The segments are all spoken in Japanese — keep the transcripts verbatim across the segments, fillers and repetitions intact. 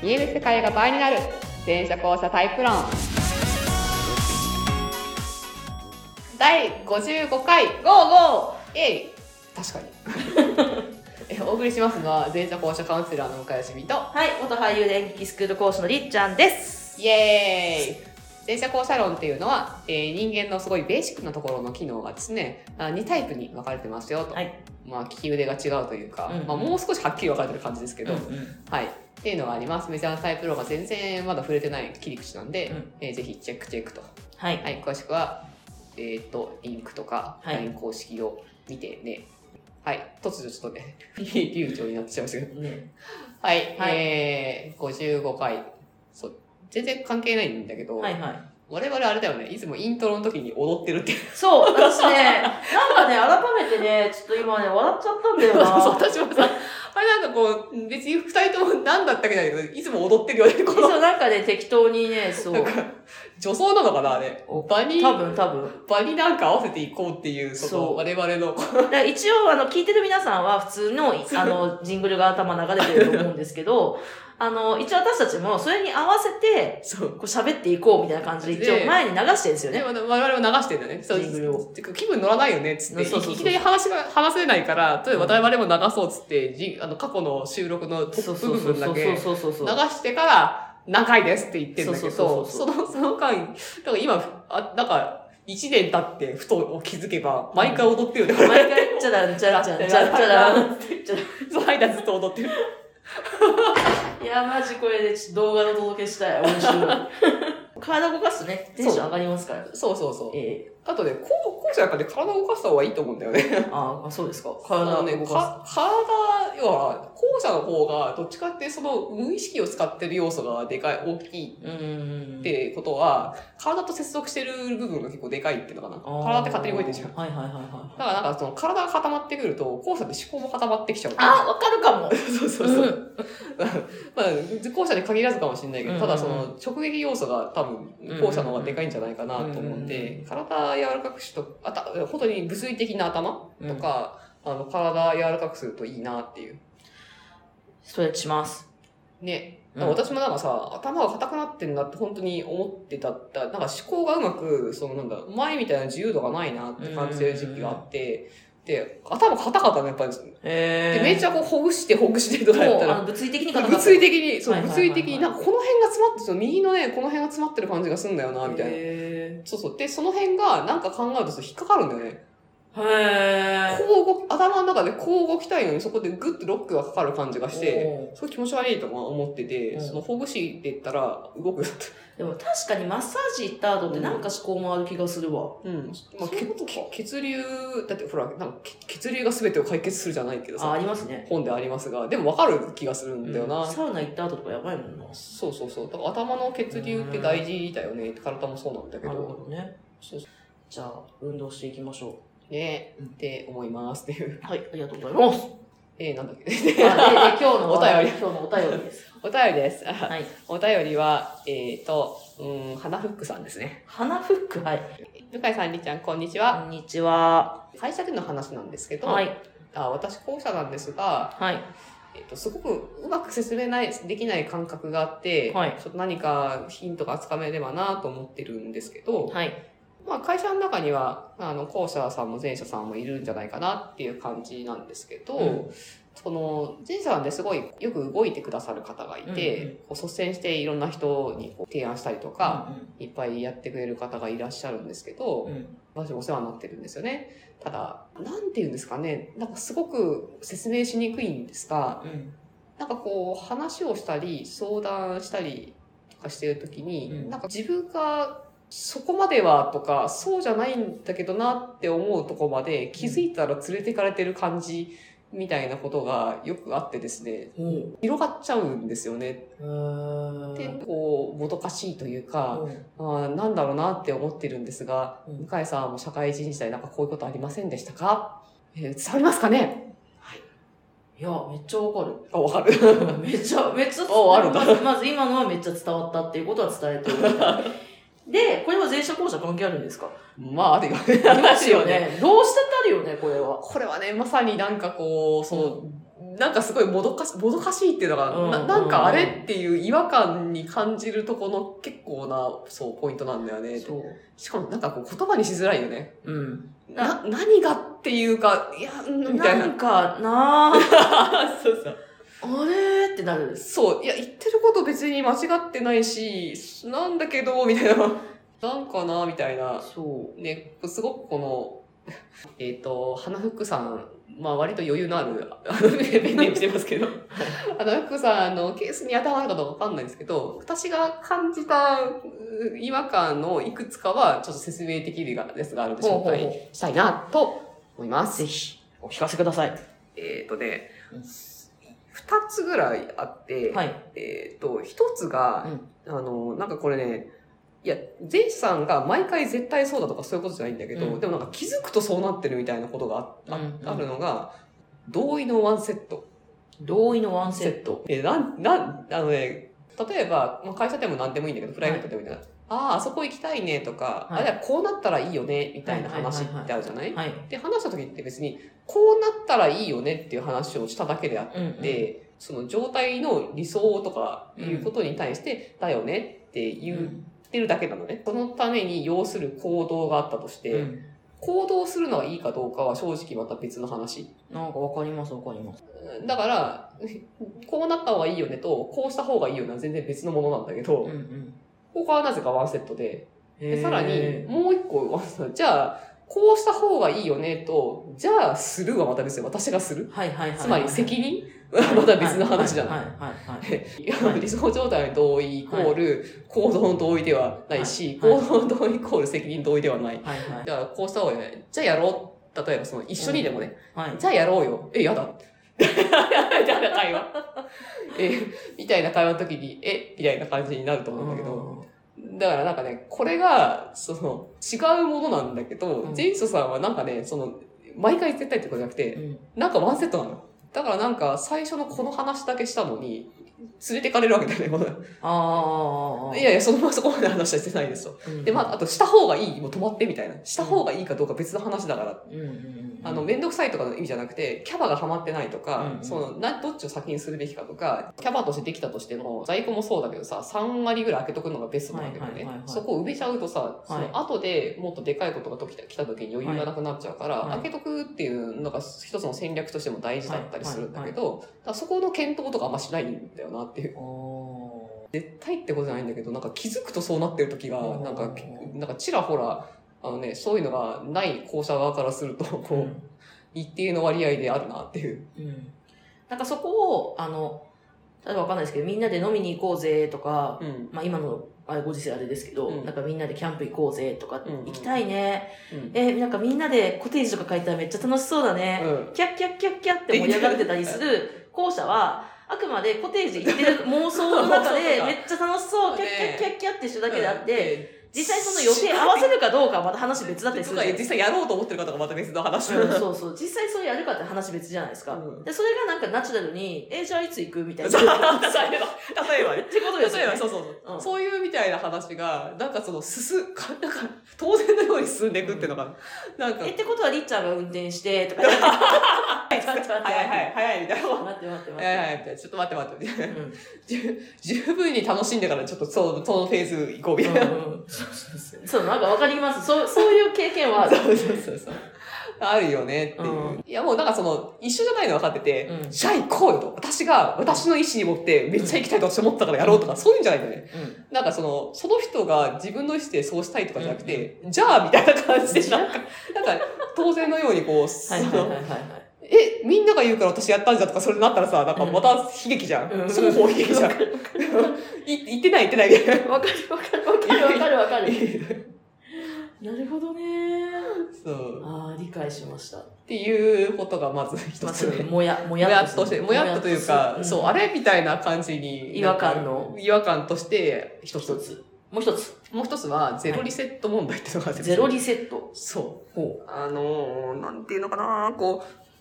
見える世界が倍になる全車交差タイプ論だいごじゅうごかいゴーゴーえい確かにお送りしますのは全車交差カウンセラーの向井よしみとはい元俳優で演劇スクール講師のりっちゃんです。 イエーイ。全車交差論っていうのは、えー、人間のすごいベーシックなところの機能がですねにタイプに分かれてますよと、はい、まあ利き腕が違うというか、うんうん、まあ、もう少しはっきり分かれてる感じですけど、うんうん、はいっていうのがあります。メジャーなタイプ論が全然まだ触れてない切り口なんで、うんえー、ぜひチェックチェックと、はいはい、詳しくはえっ、ー、とリンクとか ライン 公式を見てね、はい、突如ちょっとね流暢になってしまいましたけど、ね、はい、はい、えー、ごじゅうごかいそう全然関係ないんだけど、はいはい、我々あれだよね、いつもイントロの時に踊ってるってそう、私ね、なんかね、改めてね、ちょっと今ね、笑っちゃったんだよな。 そう、私もさ、あれなんかこう、別に二人とも何だったっけだけど、いつも踊ってるよね、この。 そう、なんかね、適当にね、そう。なんか、 女装なのかな、あれ。場に、 多分、多分。 場になんか合わせていこうっていう、その、我々の。 だから一応、あの、聞いてる皆さんは普通の、あの、ジングルが頭流れてると思うんですけど、あの、一応私たちもそれに合わせて、そう。こう喋っていこうみたいな感じで一応前に流してるんですよね。 我々も流してるんだね。そう。ジングルを。気分乗らないよね、つって。そうそうそう。いきなり話が、話せないから、例えば我々も流そうつって、じあの、過去の収録のトップ部分だけ流してから、何回ですって言ってるんだけど、その、その間、だから今、あ、なんか、一年経ってふと気づけば、毎回踊ってるよね。 毎回、チャラン、チャラン、チャラン、チャラン、チャラン。 その間ずっと踊ってる。 いや、マジこれで動画の届けしたい。面白い。体動かすとね、テンション上がりますから。 そうそうそう。えー、あとね、こう、こうじゃやっぱり体を動かした方がいいと思うんだよね。 ああ、そうですか。体を動かす。体、要は、後者の方が、どっちかってその無意識を使ってる要素がでかい、大きいってことは、体と接続してる部分が結構でかいっていうのかな。体って勝手に動いてるじゃん。 はいはいはいはい。 だからなんかその体が固まってくると、後者って思考も固まってきちゃう。 あ、わかるかも。 そうそうそう。うん、まあ、後者に限らずかもしれないけど、ただその直撃要素が多分、後者の方がでかいんじゃないかなと思って、体柔らかくしと、あた、本当に物理的な頭とか、うん、あの、体柔らかくするといいなっていう。 ストレッチします。 ね。うん、私もなんかさ、頭が硬くなってんなって本当に思ってたった、なんか思考がうまく、そのなんだ、前みたいな自由度がないなって感じてる時期があって、で、頭硬かったのやっぱり。で、めっちゃこうほぐしてほぐしてとかやったら。 物理的に硬かった。 物理的に、そう、物理的に、なんかこの辺が詰まってる、右のね、この辺が詰まってる感じがするんだよな、みたいな。そうそう。で、その辺がなんか考えると引っかかるんだよね。へー。こう動き、頭の中でこう動きたいのにそこでグッとロックがかかる感じがして、すごい気持ち悪いと思ってて、そのほぐしていったら動くよって。 でも確かにマッサージ行った後ってなんか思考もある気がするわ。 うん。まあ、血流、だってほら、なんか血流が全てを解決するじゃないけどさ。 あ、ありますね。 本でありますが、でも分かる気がするんだよな。 うん、サウナ行った後とかやばいもんな。 そうそうそう。だから頭の血流って大事だよね。体もそうなんだけど。 なるほどね。そうそう。じゃあ、運動していきましょう。 ねえ、って思いますっていう。 はい、ありがとうございます。 えー、なんだっけ。 で、で、今日のお便り。今日のお便りです。 お便りです。はい。お便りは、えっ、ー、と、うん、花フックさんですね。 花フックはい。 向井さん、りっちゃん、こんにちは。 こんにちは。 会社での話なんですけど、 はい。 あ、私、後者なんですが、はい。えっ、ー、と、すごくうまく説明ない、できない感覚があって、はい。ちょっと何かヒントがつかめればなと思ってるんですけど、はい。まあ会社の中には、あの、後者さんも前者さんもいるんじゃないかなっていう感じなんですけど、うん、その、前者さんですごいよく動いてくださる方がいて、うんうん、こう率先していろんな人にこう提案したりとか、うんうん、いっぱいやってくれる方がいらっしゃるんですけど、うん、私もお世話になってるんですよね。ただ、なんて言うんですかね、なんかすごく説明しにくいんですが、うん、なんかこう話をしたり相談したりとかしてるときに、うん、なんか自分がそこまではとか、そうじゃないんだけどなって思うとこまで気づいたら連れてかれてる感じみたいなことがよくあってですね、うん、広がっちゃうんですよね。で、こう、もどかしいというか、うん、あなんだろうなって思ってるんですが、うん、向井さんも社会人時代なんかこういうことありませんでしたか？えー、伝わりますかね？ はい。いや、めっちゃわかる。 あ、わかる。 めっちゃ、めっちゃ伝わる。まず、まず今のはめっちゃ伝わったっていうことは伝えておきたい。で、これは前者後者関係あるんですか？ まあ、あるよね。 ありますよね。どうしてってあるよね、これは。 これはね、まさになんかこう、その、 なんかすごいもどかし、もどかしいっていうのが、うん、な, なんかあれっていう違和感に感じるとこの結構な、そう、ポイントなんだよね。そう。しかもなんかこう言葉にしづらいよね。うん。な、何がっていうか、いや、みたいな。 なんかなぁ。そうそう。あれーってなる。 そう。いや、言ってること別に間違ってないし、なんだけど、みたいな。なんかなみたいな。そう。ね、すごくこの、えっと、花福さん、まあ割と余裕のある、あの、ペンネームしてますけど、花福さんのケースに当てはまるかどうかわかんないんですけど、私が感じた違和感のいくつかは、ちょっと説明できるですがあるので紹介したいなと思います。 ぜひ、お聞かせください。 えっとね、二つぐらいあって、はい、えっと、一つが、うん、あの、なんかこれね、いや、前さんが毎回絶対そうだとかそういうことじゃないんだけど、うん、でもなんか気づくとそうなってるみたいなことが あ,、うんうん、あるのが、同意のワンセット。 同意のワンセット。 え、なん、なん、あのね、例えば、まあ、会社でも何でもいいんだけど、プライベートでもいいんだけど、はい、ああ、あそこ行きたいねとか、はい、あれはこうなったらいいよね、みたいな話ってあるじゃない？はい。で、話した時って別に、こうなったらいいよねっていう話をしただけであって、うんうん、その状態の理想とかいうことに対して、だよねっていう、うんってるだけなのね。そのために要する行動があったとして、うん、行動するのがいいかどうかは正直また別の話。 なんかわかりますわかります。 だから、こうなった方がいいよねと、こうした方がいいよねは全然別のものなんだけど、うんうん、ここはなぜかワンセットで、でさらにもう一個、じゃあ、こうした方がいいよねと、じゃあするはまた別に私がする。はいはいはいはい、つまり責任また別の話じゃない。はいはいはい。理想状態の同意イコール行動の同意ではないし、行動の同意イコール責任同意ではない。はいはい。だからこうした方がいいよね。じゃあやろう。例えばその一緒にでもね。はい。じゃあやろうよ。え、やだ。みたいな会話。え、みたいな会話の時に、え、みたいな感じになると思うんだけど。だからなんかね、これが、その、違うものなんだけど、ジェイソさんはなんかね、その、毎回絶対ってことじゃなくて、なんかワンセットなの。だからなんか最初のこの話だけしたのに、連れてかれるわけだよね、ああ。いやいや、そのままそこまで話はしてないですよ。うん、で、まあ、あと、した方がいい、もう止まってみたいな。した方がいいかどうか別の話だから。うんうんうん、あの、めんどくさいとかの意味じゃなくて、キャバがハマってないとか、うんうん、その、な、どっちを先にするべきかとか、キャバとしてできたとしても、在庫もそうだけどさ、さん割ぐらい開けとくのがベストなんだけどね。はいはいはいはい、そこを埋めちゃうとさ、その後でもっとでかいことが来た、来た時に余裕がなくなっちゃうから、はいはい、開けとくっていうのが一つの戦略としても大事だったりするんだけど、はいはいはい、だそこの検討とかあんましないんだよなっていう。絶対ってことじゃないんだけど、なんか気づくとそうなってる時が、なんか、なんかちらほら、あのね、そういうのがない校舎側からすると、こう、うん、一定の割合であるなっていう。 うん。なんかそこを、あの、例えばわかんないですけど、みんなで飲みに行こうぜとか、うん、まあ今のあご時世あれですけど、うん、なんかみんなでキャンプ行こうぜとか、うん、行きたいね、うん、え、なんかみんなでコテージとか書いたらめっちゃ楽しそうだね、うん、キャッキャッキャッキャッって盛り上がってたりする校舎は、あくまでコテージ行ってる妄想の中でめっちゃ楽しそう、キャッキャッキャッキャッってしてるだけであって、実際その予定合わせるかどうかはまた話別だったりする。 実際やろうと思ってる方がまた別の話。 うん、そうそう。実際それやるかって話別じゃないですか。うん、で、それがなんかナチュラルに、え、じゃあいつ行くみたいな。例えば、 例えばね。 ってことですよね。 例えば、そうそうそう、うん。そういうみたいな話が、なんかその、進、なんか、当然のように進んでいくっていうのが、うん、なんか。 え、ってことはリッチャーが運転して、とか。はい、 ちょっと待って。早い、早い、早い、みたいな。 待って待って待って。 はいはい、みたいな。ちょっと待って待って、みたいな。うん、十分に楽しんでから、ちょっとそう、そのフェーズ行こう、みたいな。うんうん、そうそうそう。なんかわかります。そう、そういう経験はある。 そうそうそうそう。あるよねっていう。うん、いやもうなんかその、一緒じゃないの分かってて、うん、じゃあ行こうよと。私が、私の意思に持ってめっちゃ行きたいと私思ったからやろうとか、うん、そういうんじゃないんだよね。うん、なんかその、その人が自分の意思でそうしたいとかじゃなくて、うん、じゃあみたいな感じで、なんか、なんか当然のようにこう、その、え、みんなが言うから私やったんじゃんとかそれになったらさ、なんかまた悲劇じゃん。うん、双方悲劇じゃん。言ってない言ってないみたいな。 わかるわかるわかるわかるわかる。なるほどね。 そう。 ああ、理解しました。 っていうことがまず一つ目。 もや、 もやっとして、もやっとというか、そう、あれみたいな感じに。 違和感の。 違和感として一つ。 もう一つ。 もう一つは、ゼロリセット問題っていうのがあるんですよ。ゼロリセット。 そう。あのー、なんていうのかな、こう、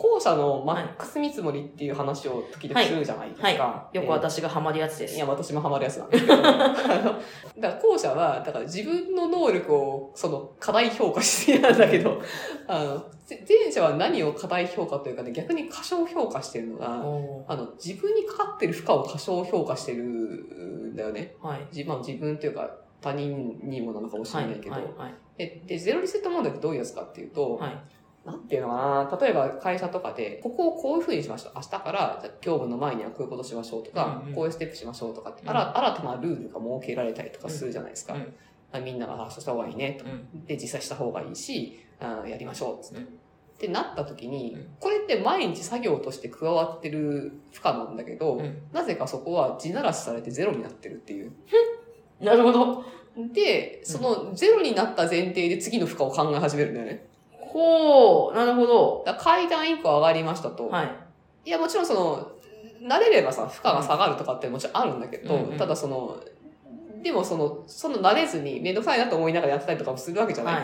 後者のマックス見積もりっていう話を時々するじゃないですか。はいはいはい、よく私がハマるやつです。 いや、私もハマるやつなんですけど。だから後者は、だから自分の能力を、その、過大評価しすぎなんだけど、あの、前者は何を過大評価というかね、逆に過小評価してるのが、あの、自分にかかってる負荷を過小評価してるんだよね。はい。自, まあ、自分というか、他人にもなのかもしれないけど。はいはいはい、で, で、ゼロリセット問題ってどういうやつかっていうと、はい、なんていうのかな、例えば会社とかで、ここをこういう風にしましょう。明日から業務の前にはこういうことしましょうとか、うんうん、こういうステップしましょうとかって、うん、新たなルールが設けられたりとかするじゃないですか。うんうん、みんなが、あ、そうした方がいいねと、うん。で、実際した方がいいし、あやりましょうつって、うん。ってなった時に、これって毎日作業として加わってる負荷なんだけど、うん、なぜかそこは地ならしされてゼロになってるっていう。 なるほど。 で、そのゼロになった前提で次の負荷を考え始めるんだよね。 ほう、なるほど。 だ階段いっこ上がりましたと。はい。いや、もちろんその、慣れればさ、負荷が下がるとかってもちろんあるんだけど、うんうん、ただその、でもその、その慣れずにめんどくさいなと思いながらやってたりとかもするわけじゃない。はい、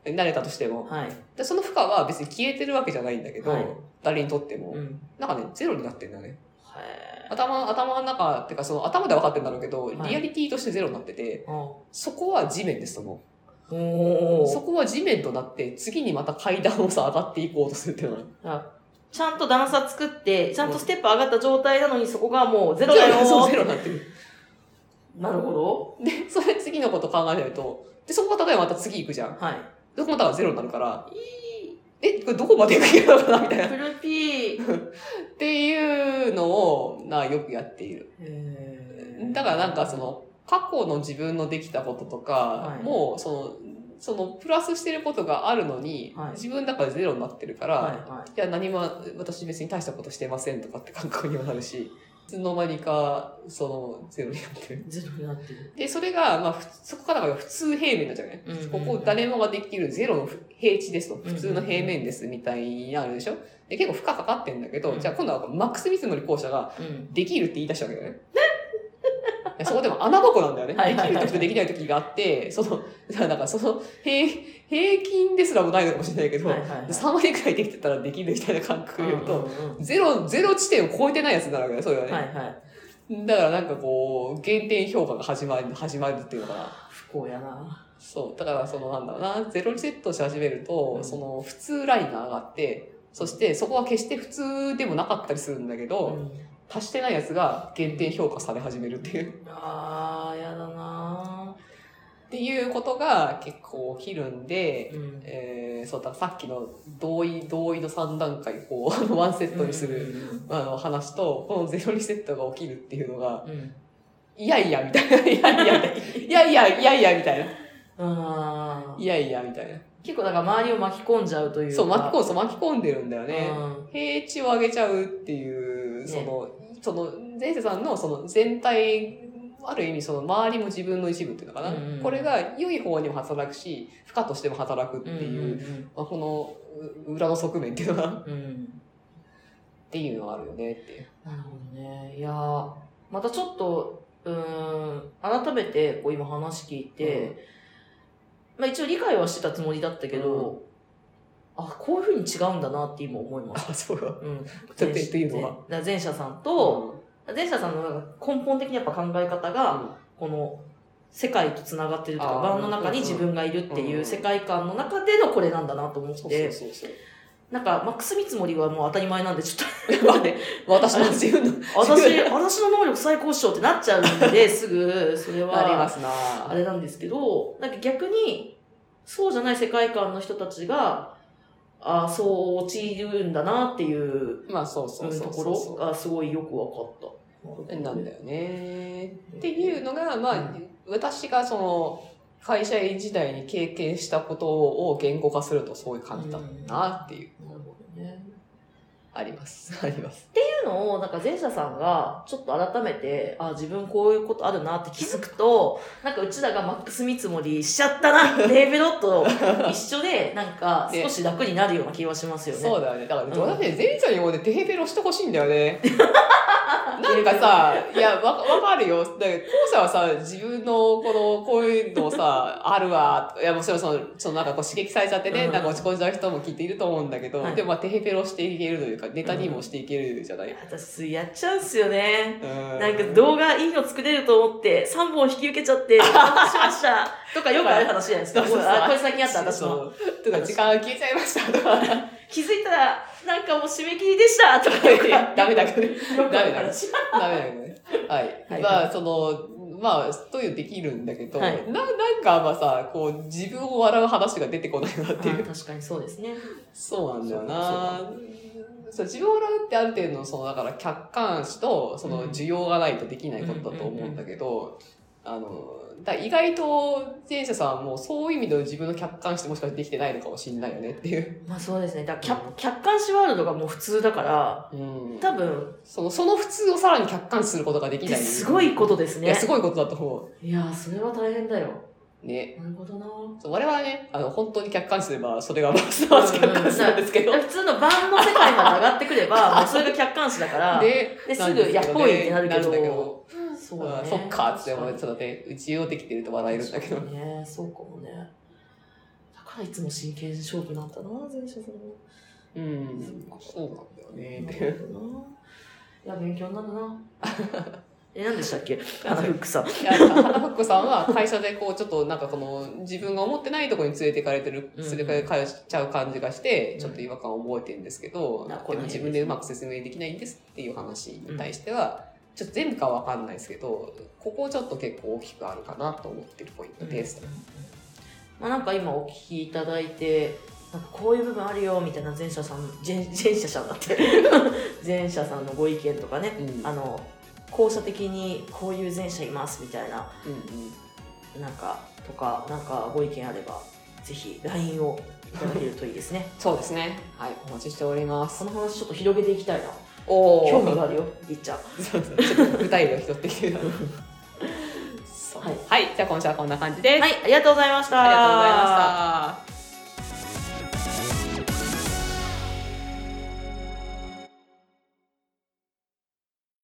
慣れたとしても。はい。で、その負荷は別に消えてるわけじゃないんだけど、はい、誰にとっても、うん。なんかね、ゼロになってんだよね。頭、頭の中、ってかその頭で分かってんだろうけど、はい、リアリティとしてゼロになってて、そこは地面です、その。そこは地面となって、次にまた階段をさ、上がっていこうとするっていうのは。 ちゃんと段差作って、ちゃんとステップ上がった状態なのに、そこがもうゼロだよー。 そう、ゼロになってる。 なるほど。で、それ次のこと考えないと、で、そこが例えばまた次行くじゃん。はい。そこまたゼロになるから、え、これどこまで行くのかなみたいな。 プルピー。 っていうのを、な、よくやっている。へー。だからなんかその、過去の自分のできたこととかも、はい、その、その、プラスしてることがあるのに、はい、自分だからゼロになってるから、はいはい、いや、何も、私別に大したことしてませんとかって感覚にもなるし、いつの間にか、その、ゼロになってる。 ゼロになってる。 で、それが、まあ、そこからが普通平面なんじゃない、うんうんうん、ここ誰もができるゼロの平地ですと、普通の平面ですみたいになるでしょ。で、結構負荷かかってんだけど、うん、じゃあ今度はマックス見積もり校舎が、できるって言い出したわけだよね。うん、そこでも穴ぼこなんだよね。できる時とできない時があって、その、だからその平、平均ですらもないのかもしれないけど、はいはいはい、さん割くらいできてたらできるみたいな感覚で言うと、うんうん、ゼロ、ゼロ地点を超えてないやつになるわけだよ、それはね。はいはい、だからなんかこう、減点評価が始まる、始まるっていうのかな。 不幸やな。 そう。だからそのなんだろうな、ゼロリセットし始めると、うん、その普通ラインが上がって、そしてそこは決して普通でもなかったりするんだけど、うん、足してないやつが減点評価され始めるっていう。 あー、やだなっていうことが結構起きるんで、うん、えー、そうだ、さっきの同意、同意のさん段階、こう、ワンセットにする、うん、あの話と、このゼロリセットが起きるっていうのが、うん、いやいや、みたいな。いやいや、いやいや、いやいや、みたいな。あいやいや、みたいな。 結構だから周りを巻き込んじゃうというか。 そう、巻き込ん、そう、巻き込んでるんだよね。平地を上げちゃうっていう、その、ね、その、前世さんのその全体、ある意味その周りも自分の一部っていうのかな。うんうん、これが良い方にも働くし、負荷としても働くっていう、うんうんうん、まあ、この裏の側面っていうのは、うん、っていうのがあるよねっていう。 なるほどね。いやー、またちょっと、うーん、改めてこう今話聞いて、うん、まあ一応理解はしてたつもりだったけど、うん、あ、こういう風に違うんだなって今思います。 あ、そうだ。うん。っていうのは。 前者さんと、うん前者さんの根本的にやっぱ考え方が、うん、この世界と繋がってるとか、盤の中に自分がいるっていう世界観の中でのこれなんだなと思って、なんか、マックス見積もりはもう当たり前なんで、ちょっとまあね、 私の自分の、 私、私の能力最高っしょってなっちゃうんで、すぐ、それは、 ありますなあれなんですけど、なんか逆に、そうじゃない世界観の人たちが、ああ、そう陥るんだなっていう、 まあそうそうそうそうところがすごいよくわかった。 なんだよね。っていうのが、まあ、うん、私がその、会社員時代に経験したことを言語化するとそういう感じだなっていう。 うん、なるほどね。 あります。あります。 っていうのを、なんか前者さんがちょっと改めて、あ、自分こういうことあるなって気づくと、なんかうちらがマックス見積もりしちゃったな、レーベロと一緒で、なんか少し楽になるような気はしますよね。 そうだよね。だから、私ね、前者にもね、テーベロしてほしいんだよね。 なんかさ、いや、わ、わかるよ。だから、後者はさ、自分の、この、こういうのさ、あるわ。いや、もちろんその、そのなんかこう刺激されちゃってね、うん、なんか落ち込んじゃう人もきっといると思うんだけど、はい、でもまあ、テヘペロしていけるというか、ネタにもしていけるじゃない、うん、 私、やっちゃうんすよね。うん、なんか動画いいの作れると思って、さんぼん引き受けちゃって、話しました。とかよくある話じゃないですか。これ最近あった、私も。 とか、時間消えちゃいましたとか。 気づいたら、なんかもう締め切りでしたとか言って。 ダメだけどね。ダメだけどね。ダメだけどね。はい。はい、まあ、その、まあ、そういうのできるんだけど、はい、な、なんかまあさ、こう、自分を笑う話が出てこないなっていう。 確かにそうですね。 そうなんだよな。そう自分を笑うってある程度の、その、だから客観視と、その、需要がないとできないことだと思うんだけど、あの、だ意外と前者さんはもうそういう意味で自分の客観視ってもしかしてできてないのかもしれないよねっていう。 まあそうですね。だから客、うん、客観視ワールドがもう普通だから、うん、多分その、その普通をさらに客観視することができない。 すごいことですね。 いや、すごいことだと思う。いや、それは大変だよ。 ね。 なるほどな。 我々はね、あの、本当に客観視すれば、それがまあ、すなわち客観視なんですけど。 普通の盤の世界まで上がってくれば、もうそれが客観視だから、で、ですぐ、やっぽいってなるけど、 そうね、そっかって思って、ちょっとね、うちをできてると笑えるんだけど。 そうね、そうかもね。だからいつも真剣勝負なんだな、前者さんは。 うん、そうなんだよね。 なるほどな。いや、勉強になるな。え、何でしたっけ花フックさん。いや、 花フックさんは会社でこう、ちょっとなんかこの、自分が思ってないところに連れてかれてる、連れてかれちゃう感じがして、ちょっと違和感を覚えてるんですけど、うん、でも自分でうまく説明できないんですっていう話に対しては、ちょっと全部かはわかんないですけど、ここちょっと結構大きくあるかなと思ってるポイントです。うん、 まあなんか今お聞きいただいて、なんかこういう部分あるよみたいな前者さん、前前者さんだって前者さんのご意見とかね、うん、あの後者的にこういう前者いますみたいな、うんうん、なんかとかなんかご意見あればぜひ ライン をいただけるといいですね。 そうですね。はい、お待ちしております。 この話ちょっと広げていきたいな。お興味があるよ、りっちゃん。 そうそう、ちょっと舞台を拾ってきてる。はい、はい、じゃあ今週はこんな感じです。 はい、ありがとうございました。 ありがとうございました。